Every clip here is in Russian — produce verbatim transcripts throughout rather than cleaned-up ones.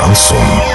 Шансон.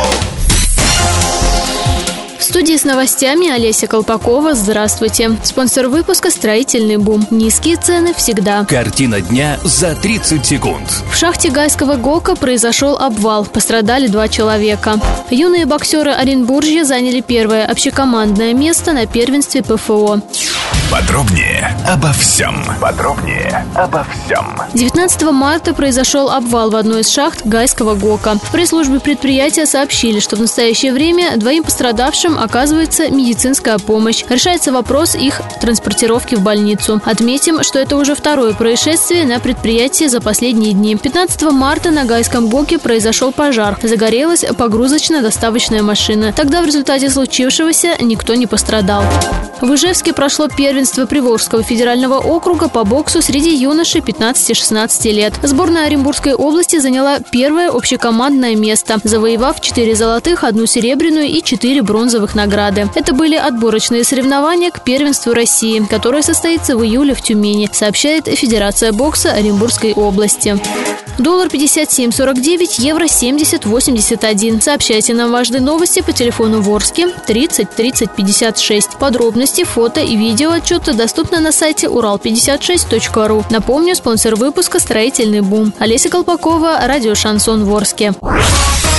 В студии с новостями Олеся Колпакова. Здравствуйте. Спонсор выпуска «Строительный бум». Низкие цены всегда. Картина дня за тридцать секунд. В шахте Гайского ГОКа произошел обвал. Пострадали два человека. Юные боксеры Оренбуржья заняли первое общекомандное место на первенстве ПФО. Подробнее обо всем. Подробнее обо всем. девятнадцатого марта произошел обвал в одной из шахт Гайского ГОКа. В пресс-службе предприятия сообщили, что в настоящее время двоим пострадавшим оказывается медицинская помощь. Решается вопрос их транспортировки в больницу. Отметим, что это уже второе происшествие на предприятии за последние дни. пятнадцатого марта на Гайском ГОКе произошел пожар. Загорелась погрузочно-доставочная машина. Тогда в результате случившегося никто не пострадал. В Ижевске прошло первенство Приволжского федерального округа по боксу среди юношей пятнадцати-шестнадцати лет. Сборная Оренбургской области заняла первое общекомандное место, завоевав четыре золотых, одну серебряную и четыре бронзовых награды. Это были отборочные соревнования к первенству России, которое состоится в июле в Тюмени, сообщает Федерация бокса Оренбургской области. Доллар пятьдесят семь сорок девять, евро семьдесят восемьдесят один. Сообщайте нам важные новости по телефону Ворске тридцать тридцать пятьдесят шесть. Подробности, фото и видео отчеты доступны на сайте урал пятьдесят шесть точка ру. Напомню, спонсор выпуска «Строительный бум». Олеся Колпакова, радио «Шансон» в Ворске.